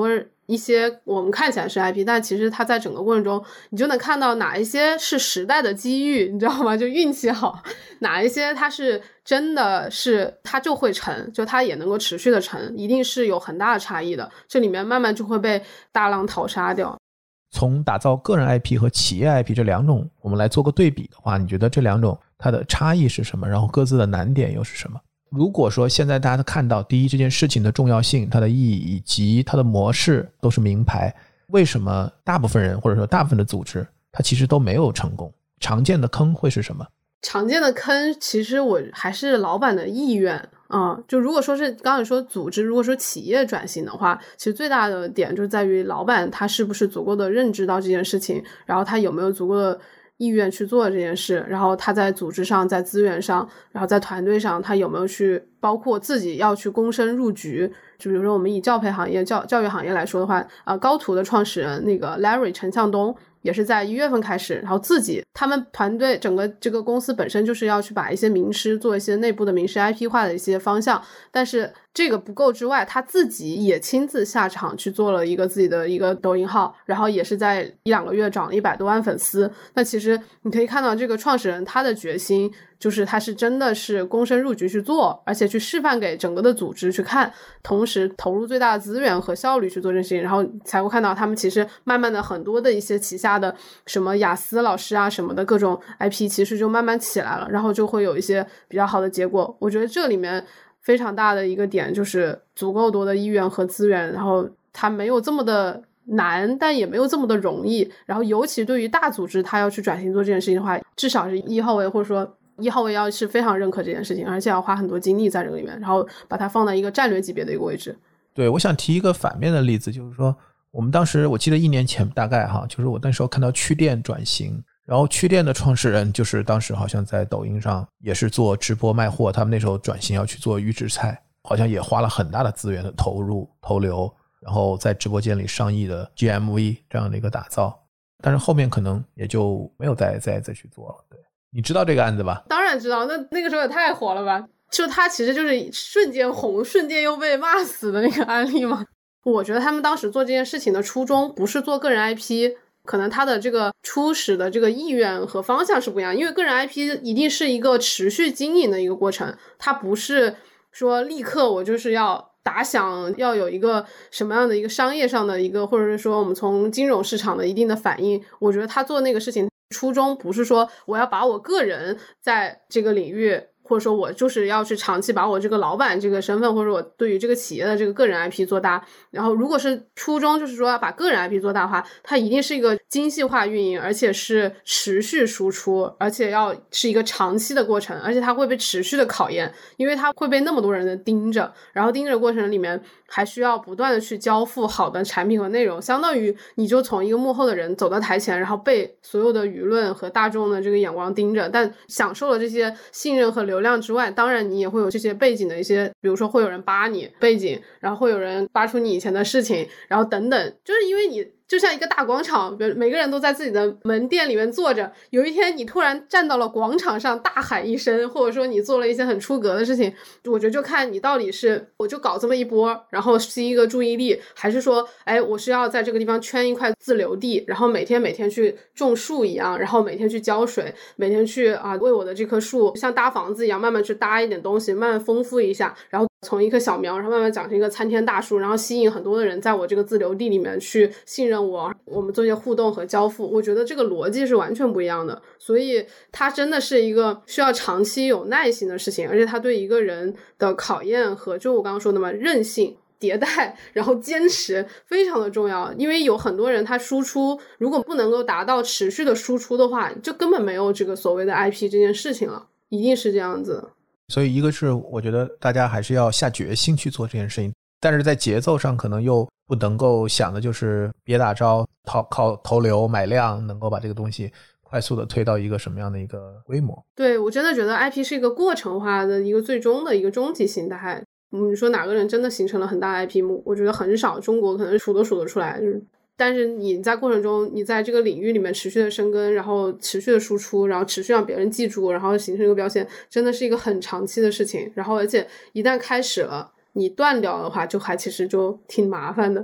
一些我们看起来是 IP， 但其实它在整个过程中你就能看到哪一些是时代的机遇，你知道吗？就运气好，哪一些它是真的是它就会成，就它也能够持续的成，一定是有很大的差异的，这里面慢慢就会被大浪淘沙掉。 从打造个人 IP 和企业 IP 这两种我们来做个对比的话，你觉得这两种它的差异是什么？然后各自的难点又是什么？如果说现在大家都看到第一这件事情的重要性，它的意义以及它的模式都是名牌，为什么大部分人或者说大部分的组织它其实都没有成功？常见的坑会是什么？ 常见的坑其实我还是老板的意愿就如果说是刚才说组织，如果说企业转型的话，其实最大的点就在于老板他是不是足够的认知到这件事情，然后他有没有足够的意愿去做这件事，然后他在组织上在资源上然后在团队上他有没有去包括自己要去躬身入局。就比如说我们以教培行业教育行业来说的话高途的创始人那个 Larry 陈向东也是在1月份开始，然后自己他们团队整个这个公司本身就是要去把一些名师做一些内部的名师 IP 化的一些方向，但是这个不够之外，他自己也亲自下场去做了一个自己的一个抖音号，然后也是在1-2个月涨了100多万粉丝。那其实你可以看到这个创始人他的决心，就是他是真的是躬身入局去做，而且去示范给整个的组织去看，同时投入最大的资源和效率去做这件事情，然后才会看到他们其实慢慢的很多的一些旗下的什么雅思老师啊什么的各种 IP 其实就慢慢起来了，然后就会有一些比较好的结果。我觉得这里面非常大的一个点就是足够多的意愿和资源，然后它没有这么的难，但也没有这么的容易，然后尤其对于大组织它要去转型做这件事情的话，至少是一号位或者说一号位要是非常认可这件事情，而且要花很多精力在这个里面，然后把它放在一个战略级别的一个位置。 对，我想提一个反面的例子，就是说我们当时我记得1年前大概就是我那时候看到趣店转型，然后趣店的创始人就是当时好像在抖音上也是做直播卖货，他们那时候转型要去做预制菜，好像也花了很大的资源的投入投流，然后在直播间里上亿的 GMV 这样的一个打造，但是后面可能也就没有再去做了。对，你知道这个案子吧？ 当然知道，那个时候也太火了吧，就他其实就是瞬间红瞬间又被骂死的那个案例嘛。我觉得他们当时做这件事情的初衷不是做个人 IP， 可能他的这个初始的这个意愿和方向是不一样，因为个人 IP 一定是一个持续经营的一个过程，它不是说立刻我就是要打响要有一个什么样的一个商业上的一个，或者是说我们从金融市场的一定的反应。我觉得他做那个事情初衷不是说我要把我个人在这个领域，或者说我就是要去长期把我这个老板这个身份，或者我对于这个企业的这个个人 IP 做大。然后如果是初衷就是说要把个人 IP 做大的话，它一定是一个精细化运营，而且是持续输出，而且要是一个长期的过程，而且它会被持续的考验，因为它会被那么多人的盯着，然后盯着的过程里面还需要不断的去交付好的产品和内容，相当于你就从一个幕后的人走到台前，然后被所有的舆论和大众的这个眼光盯着，但享受了这些信任和流量之外，当然你也会有这些背景的一些，比如说会有人扒你背景，然后会有人扒出你以前的事情，然后等等，就是因为你就像一个大广场，每个人都在自己的门店里面坐着，有一天你突然站到了广场上大喊一声，或者说你做了一些很出格的事情，我觉得就看你到底是我就搞这么一波然后吸一个注意力，还是说我是要在这个地方圈一块自留地，然后每天去种树一样，然后每天去浇水，每天去为我的这棵树像搭房子一样慢慢去搭一点东西，慢慢丰富一下，然后从一棵小苗然后慢慢长成一个参天大树，然后吸引很多的人在我这个自留地里面去信任我们做一些互动和交付。我觉得这个逻辑是完全不一样的，所以它真的是一个需要长期有耐心的事情，而且它对一个人的考验和就我刚刚说的嘛，韧性迭代然后坚持非常的重要。因为有很多人他输出如果不能够达到持续的输出的话，就根本没有这个所谓的 IP 这件事情了，一定是这样子。 所以一个是我觉得大家还是要下决心去做这件事情，但是在节奏上可能又不能够想的就是别打招靠投流买量能够把这个东西快速的推到一个什么样的一个规模。 对，我真的觉得 IP 是一个过程化的一个最终的一个终极形态。你说哪个人真的形成了很大的 IP 幕？我觉得很少，中国可能数得出来，但是你在过程中你在这个领域里面持续的生根，然后持续的输出，然后持续让别人记住，然后形成一个标签，真的是一个很长期的事情。然后而且一旦开始了你断掉的话，就还其实就挺麻烦的。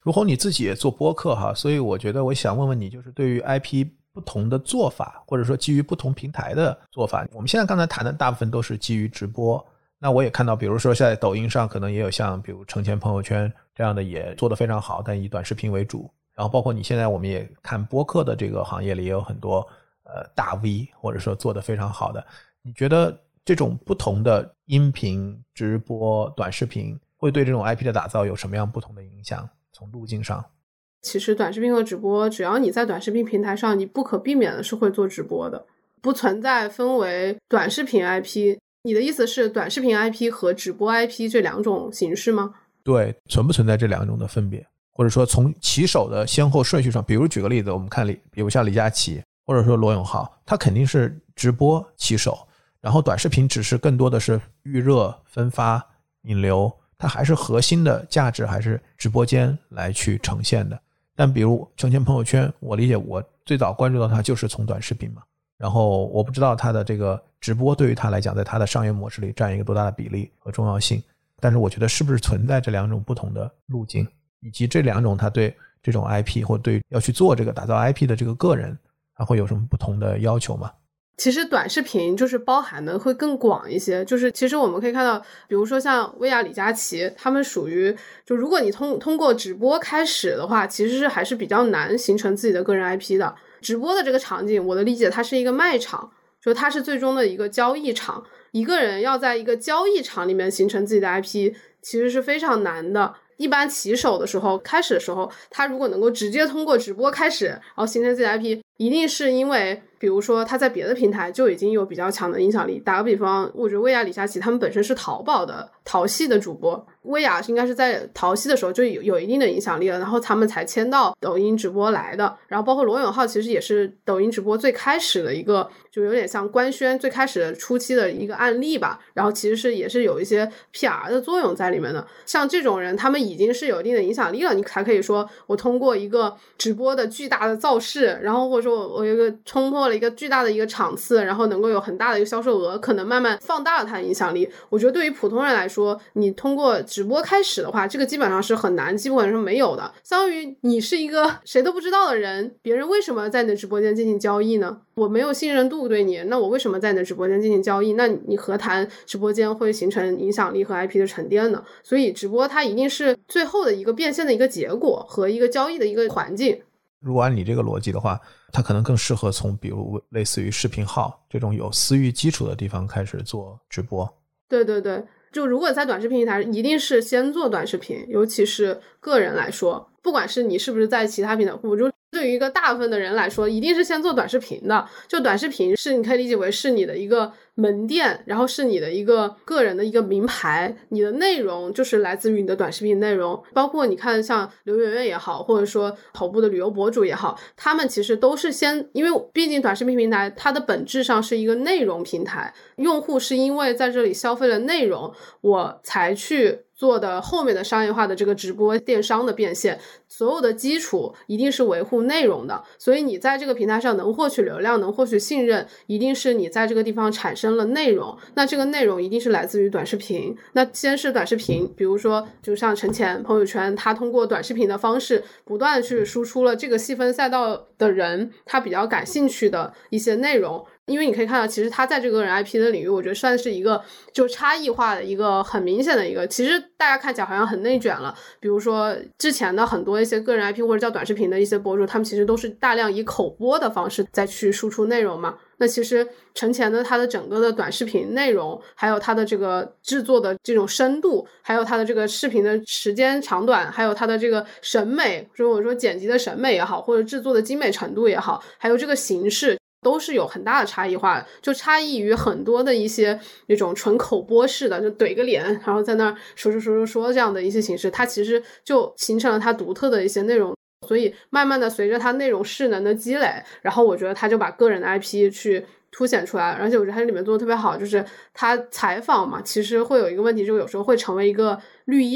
如虹你自己也做播客哈，所以我觉得我想问问你，就是对于 IP 不同的做法，或者说基于不同平台的做法，我们现在刚才谈的大部分都是基于直播，那我也看到比如说在抖音上可能也有像比如程前朋友圈这样的也做得非常好，但以短视频为主，然后包括你现在我们也看播客的这个行业里也有很多大 V 或者说做得非常好的，你觉得这种不同的音频直播短视频会对这种 IP 的打造有什么样不同的影响，从路径上？ 其实短视频和直播，只要你在短视频平台上，你不可避免的是会做直播的，不存在分为短视频 IP。你的意思是短视频 IP 和直播 IP 这两种形式吗？ 对，存不存在这两种的分别？或者说从起手的先后顺序上，比如举个例子，我们看比如像李佳琦或者说罗永浩，他肯定是直播起手，然后短视频只是更多的是预热分发引流，它还是核心的价值还是直播间来去呈现的。但比如程前朋友圈，我理解我最早关注到它就是从短视频嘛，然后我不知道它的这个直播对于它来讲在它的商业模式里占一个多大的比例和重要性，但是我觉得是不是存在这两种不同的路径，以及这两种它对这种 IP 或对要去做这个打造 IP 的这个个人它会有什么不同的要求吗？ 其实短视频就是包含的会更广一些，就是其实我们可以看到，比如说像薇娅、李佳琦，他们属于就如果你通过直播开始的话，其实是还是比较难形成自己的个人 IP 的。直播的这个场景，我的理解它是一个卖场，就它是最终的一个交易场，一个人要在一个交易场里面形成自己的 IP 其实是非常难的。一般起手的时候开始的时候，他如果能够直接通过直播开始然后形成自己的 IP， 一定是因为比如说他在别的平台就已经有比较强的影响力。打个比方，我觉得薇娅、李佳琦他们本身是淘宝的淘系的主播，薇娅应该是在淘系的时候就有一定的影响力了，然后他们才签到抖音直播来的。然后包括罗永浩其实也是抖音直播最开始的一个就有点像官宣最开始的初期的一个案例吧，然后其实也是有一些 PR 的作用在里面的。像这种人他们已经是有一定的影响力了，你才可以说我通过一个直播的巨大的造势，然后或者说我有一个冲破了一个巨大的一个场次，然后能够有很大的一个销售额，可能慢慢放大了它的影响力。我觉得对于普通人来说，你通过直播开始的话，这个基本上是很难，基本上没有的。相当于你是一个谁都不知道的人，别人为什么在你的直播间进行交易呢？我没有信任度对你，那我为什么在你的直播间进行交易？那你何谈直播间会形成影响力和 IP 的沉淀呢？所以直播它一定是最后的一个变现的一个结果和一个交易的一个环境。 如果按你这个逻辑的话，它可能更适合从比如类似于视频号这种有私域基础的地方开始做直播。 对对对，就如果在短视频平台一定是先做短视频，尤其是个人来说，不管是你是不是在其他平台，我就对于一个大部分的人来说，一定是先做短视频的。就短视频是你可以理解为是你的一个门店，然后是你的一个个人的一个名牌，你的内容就是来自于你的短视频内容。包括你看像刘媛媛也好，或者说头部的旅游博主也好，他们其实都是先，因为毕竟短视频平台它的本质上是一个内容平台，用户是因为在这里消费了内容，我才去做的后面的商业化的这个直播电商的变现，所有的基础一定是维护内容的。所以你在这个平台上能获取流量，能获取信任，一定是你在这个地方产生了内容，那这个内容一定是来自于短视频。那先是短视频，比如说就像程前朋友圈，他通过短视频的方式不断的去输出了这个细分赛道的人他比较感兴趣的一些内容。因为你可以看到其实他在这个个人 IP 的领域，我觉得算是一个就差异化的一个很明显的一个，其实大家看起来好像很内卷了。比如说之前的很多一些个人 IP 或者叫短视频的一些博主，他们其实都是大量以口播的方式再去输出内容嘛。那其实程前的它的整个的短视频内容，还有它的这个制作的这种深度，还有它的这个视频的时间长短，还有它的这个审美，所以我说剪辑的审美也好，或者制作的精美程度也好，还有这个形式都是有很大的差异化的，就差异于很多的一些那种纯口播式的，就怼个脸然后在那儿说这样的一些形式，它其实就形成了它独特的一些内容。所以慢慢的随着它内容势能的积累，然后我觉得它就把个人的 IP 去凸显出来，而且我觉得它里面做的特别好，就是它采访嘛，其实会有一个问题，就有时候会成为一个绿叶，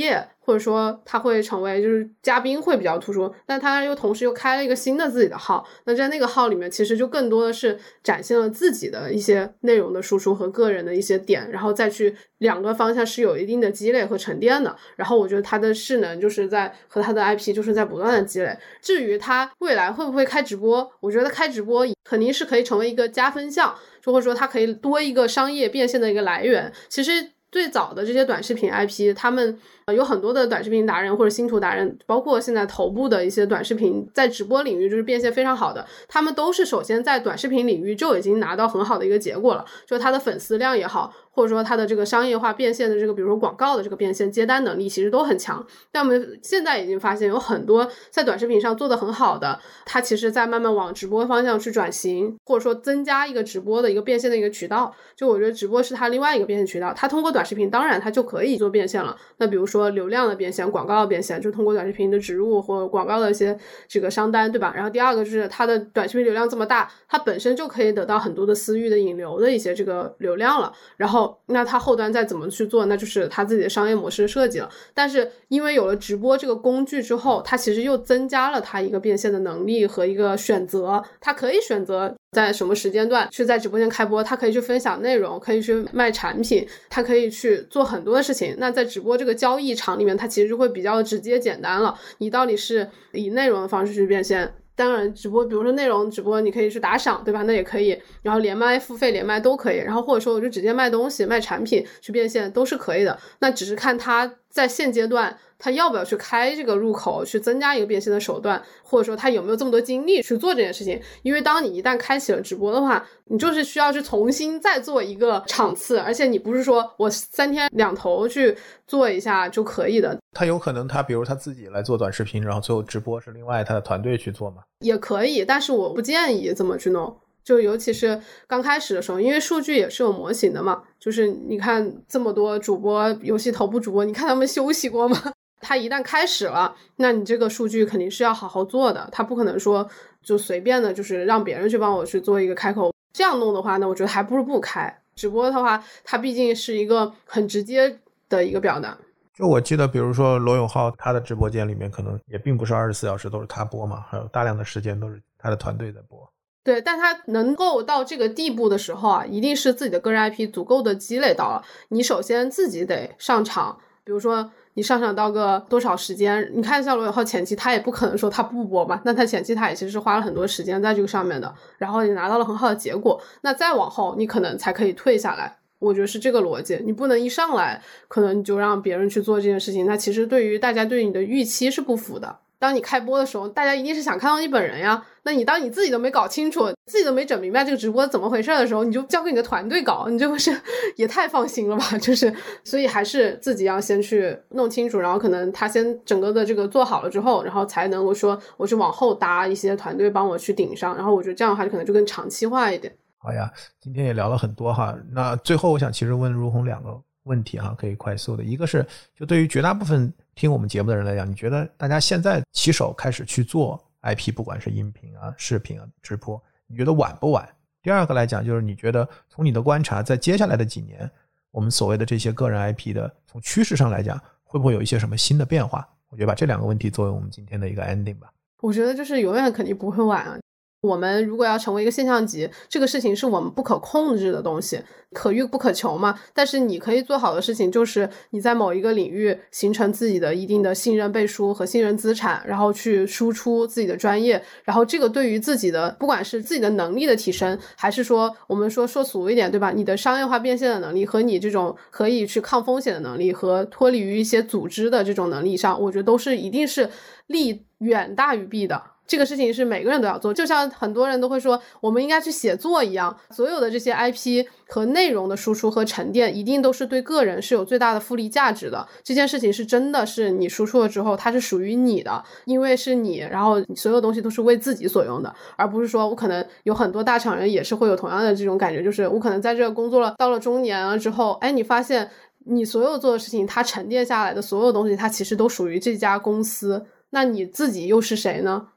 或者说他会成为就是嘉宾会比较突出，但他又同时又开了一个新的自己的号，那在那个号里面其实就更多的是展现了自己的一些内容的输出和个人的一些点，然后再去两个方向是有一定的积累和沉淀的，然后我觉得他的势能就是在和他的 IP 就是在不断的积累。至于他未来会不会开直播，我觉得开直播肯定是可以成为一个加分项，就或者说它可以多一个商业变现的一个来源。其实最早的这些短视频 IP 他们有很多的短视频达人或者星图达人，包括现在头部的一些短视频在直播领域就是变现非常好的，他们都是首先在短视频领域就已经拿到很好的一个结果了，就他的粉丝量也好，或者说他的这个商业化变现的这个比如说广告的这个变现接单能力其实都很强。但我们现在已经发现有很多在短视频上做得很好的，他其实在慢慢往直播方向去转型，或者说增加一个直播的一个变现的一个渠道。就我觉得直播是他另外一个变现渠道，他通过短视频当然他就可以做变现了，那比如说流量的变现，广告的变现，就通过短视频的植入或广告的一些这个商单，对吧？然后第二个就是他的短视频流量这么大，他本身就可以得到很多的私域的引流的一些这个流量了，然后那他后端再怎么去做，那就是他自己的商业模式的设计了。但是因为有了直播这个工具之后，他其实又增加了他一个变现的能力和一个选择，他可以选择在什么时间段去在直播间开播，他可以去分享内容，可以去卖产品，他可以去做很多的事情。那在直播这个交易场里面，它其实就会比较直接简单了，你到底是以内容的方式去变现，当然直播比如说内容直播你可以去打赏，对吧？那也可以，然后连麦付费连麦都可以，然后或者说我就直接卖东西卖产品去变现都是可以的。那只是看他在现阶段他要不要去开这个入口去增加一个变现的手段，或者说他有没有这么多精力去做这件事情。因为当你一旦开启了直播的话，你就是需要去重新再做一个场次，而且你不是说我3天2头去做一下就可以的。 他有可能他比如他自己来做短视频，然后最后直播是另外他的团队去做吗？ 也可以，但是我不建议这么去弄，就尤其是刚开始的时候，因为数据也是有模型的嘛，就是你看这么多主播游戏头部主播，你看他们休息过吗？他一旦开始了，那你这个数据肯定是要好好做的，他不可能说就随便的就是让别人去帮我去做一个开口，这样弄的话呢，我觉得还不如不开。直播的话它毕竟是一个很直接的一个表达。 就我记得比如说罗永浩他的直播间里面可能也并不是24小时都是他播嘛，还有大量的时间都是他的团队在播。 对，但他能够到这个地步的时候啊，一定是自己的个人 IP 足够的积累到了，你首先自己得上场，比如说你上场到个多少时间，你看像罗永浩前期他也不可能说他不播嘛，那他前期他也其实是花了很多时间在这个上面的，然后也拿到了很好的结果，那再往后你可能才可以退下来，我觉得是这个逻辑。你不能一上来可能你就让别人去做这件事情，那其实对于大家对你的预期是不符的。当你开播的时候，大家一定是想看到你本人呀，那你当你自己都没搞清楚，自己都没整明白这个直播怎么回事的时候，你就交给你的团队搞，你这不是也太放心了吧？就是所以还是自己要先去弄清楚，然后可能他先整个的这个做好了之后，然后才能够说我是往后搭一些团队帮我去顶上，然后我觉得这样的话可能就更长期化一点。 好呀，今天也聊了很多哈，那最后我想其实问如虹2个问题哈，可以快速的。一个是就对于绝大部分听我们节目的人来讲，你觉得大家现在起手开始去做 IP， 不管是音频啊视频啊直播，你觉得晚不晚？第二个来讲就是你觉得从你的观察，在接下来的几年我们所谓的这些个人 IP 的从趋势上来讲，会不会有一些什么新的变化？我觉得把这2个问题作为我们今天的一个 ending 吧。 我觉得就是永远肯定不会晚啊。我们如果要成为一个现象级，这个事情是我们不可控制的东西，可遇不可求嘛。但是你可以做好的事情就是你在某一个领域形成自己的一定的信任背书和信任资产，然后去输出自己的专业，然后这个对于自己的不管是自己的能力的提升，还是说我们说俗一点，对吧，你的商业化变现的能力和你这种可以去抗风险的能力和脱离于一些组织的这种能力上，我觉得都是一定是利远大于弊的。这个事情是每个人都要做，就像很多人都会说我们应该去写作一样，所有的这些 IP 和内容的输出和沉淀一定都是对个人是有最大的复利价值的。这件事情是真的是你输出了之后它是属于你的，因为是你，然后所有东西都是为自己所用的，而不是说我可能有很多大厂人也是会有同样的这种感觉，就是我可能在这个工作了到了中年了之后，哎，你发现你所有做的事情它沉淀下来的所有东西它其实都属于这家公司，那你自己又是谁呢？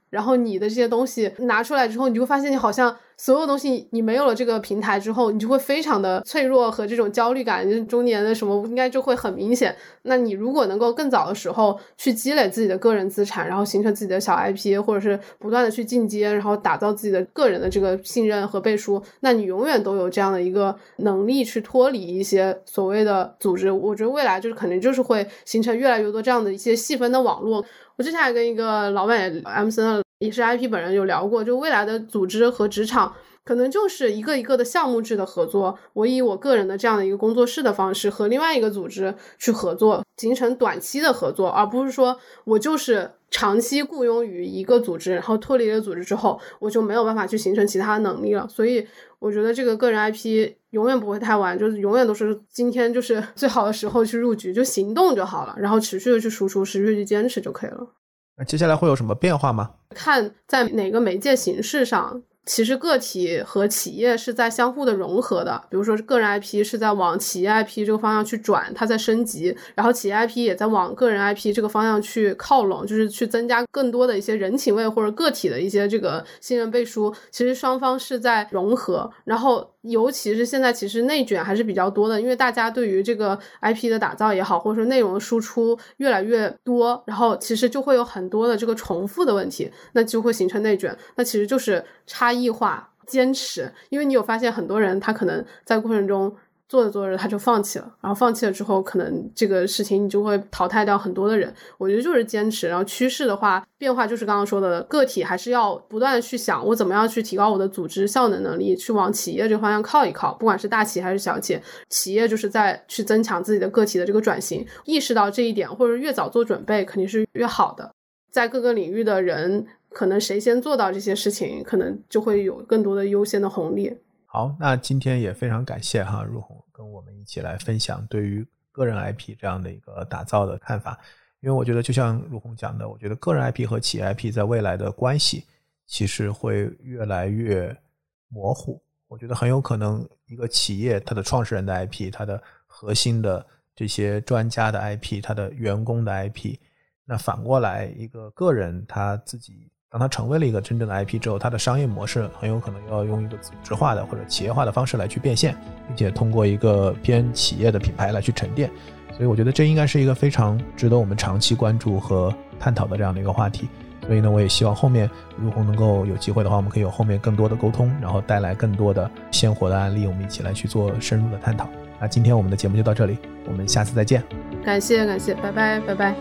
然后你的这些东西拿出来之后，你就会发现你好像所有东西你没有了这个平台之后，你就会非常的脆弱和这种焦虑感，中年的什么应该就会很明显。那你如果能够更早的时候去积累自己的个人资产，然后形成自己的小 IP， 或者是不断的去进阶，然后打造自己的个人的这个信任和背书，那你永远都有这样的一个能力去脱离一些所谓的组织。我觉得未来就是肯定就是会形成越来越多这样的一些细分的网络。我之前还跟一个老板Amazon也是 IP 本人有聊过，就未来的组织和职场可能就是一个一个的项目制的合作，我以我个人的这样的一个工作室的方式和另外一个组织去合作，形成短期的合作，而不是说我就是长期雇佣于一个组织，然后脱离了组织之后我就没有办法去形成其他的能力了。所以我觉得这个个人 IP 永远不会太晚，就是永远都是今天就是最好的时候去入局，就行动就好了，然后持续的去输出，持续去坚持就可以了。 那接下来会有什么变化吗？ 看在哪个媒介形式上，其实个体和企业是在相互的融合的。比如说个人 IP 是在往企业 IP 这个方向去转，它在升级，然后企业 IP 也在往个人 IP 这个方向去靠拢，就是去增加更多的一些人情味或者个体的一些这个信任背书。其实双方是在融合，然后尤其是现在其实内卷还是比较多的，因为大家对于这个 IP 的打造也好，或者说内容的输出越来越多，然后其实就会有很多的这个重复的问题，那就会形成内卷。那其实就是差异化坚持，因为你有发现很多人他可能在过程中做着做着他就放弃了，然后放弃了之后可能这个事情你就会淘汰掉很多的人。我觉得就是坚持，然后趋势的话变化就是刚刚说的，个体还是要不断的去想我怎么样去提高我的组织效能力，去往企业这个方向靠一靠，不管是大企业还是小企业，企业就是在去增强自己的个体的这个转型，意识到这一点或者越早做准备肯定是越好的。在各个领域的人可能谁先做到这些事情，可能就会有更多的优先的红利。 好，那今天也非常感谢如红跟我们一起来分享对于个人 IP 这样的一个打造的看法。因为我觉得就像如红讲的，我觉得个人 IP 和企业 IP 在未来的关系其实会越来越模糊。我觉得很有可能一个企业它的创始人的 IP， 它的核心的这些专家的 IP， 它的员工的 IP， 那反过来一个个人他自己当他成为了一个真正的 IP 之后，他的商业模式很有可能要用一个组织化的或者企业化的方式来去变现，并且通过一个偏企业的品牌来去沉淀。所以我觉得这应该是一个非常值得我们长期关注和探讨的这样的一个话题。所以呢，我也希望后面如果能够有机会的话，我们可以有后面更多的沟通，然后带来更多的鲜活的案例，我们一起来去做深入的探讨。那今天我们的节目就到这里，我们下次再见。 感谢，拜拜，拜拜。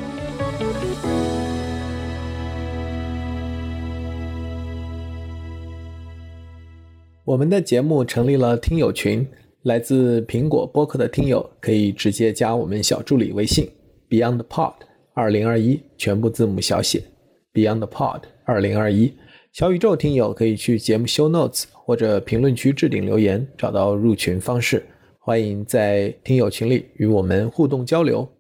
我们的节目成立了听友群，来自苹果播客的听友可以直接加我们小助理微信 BeyondPod 2021，全部字母小写 BeyondPod 2021。小宇宙听友可以去节目 show notes 或者评论区置顶留言找到入群方式，欢迎在听友群里与我们互动交流。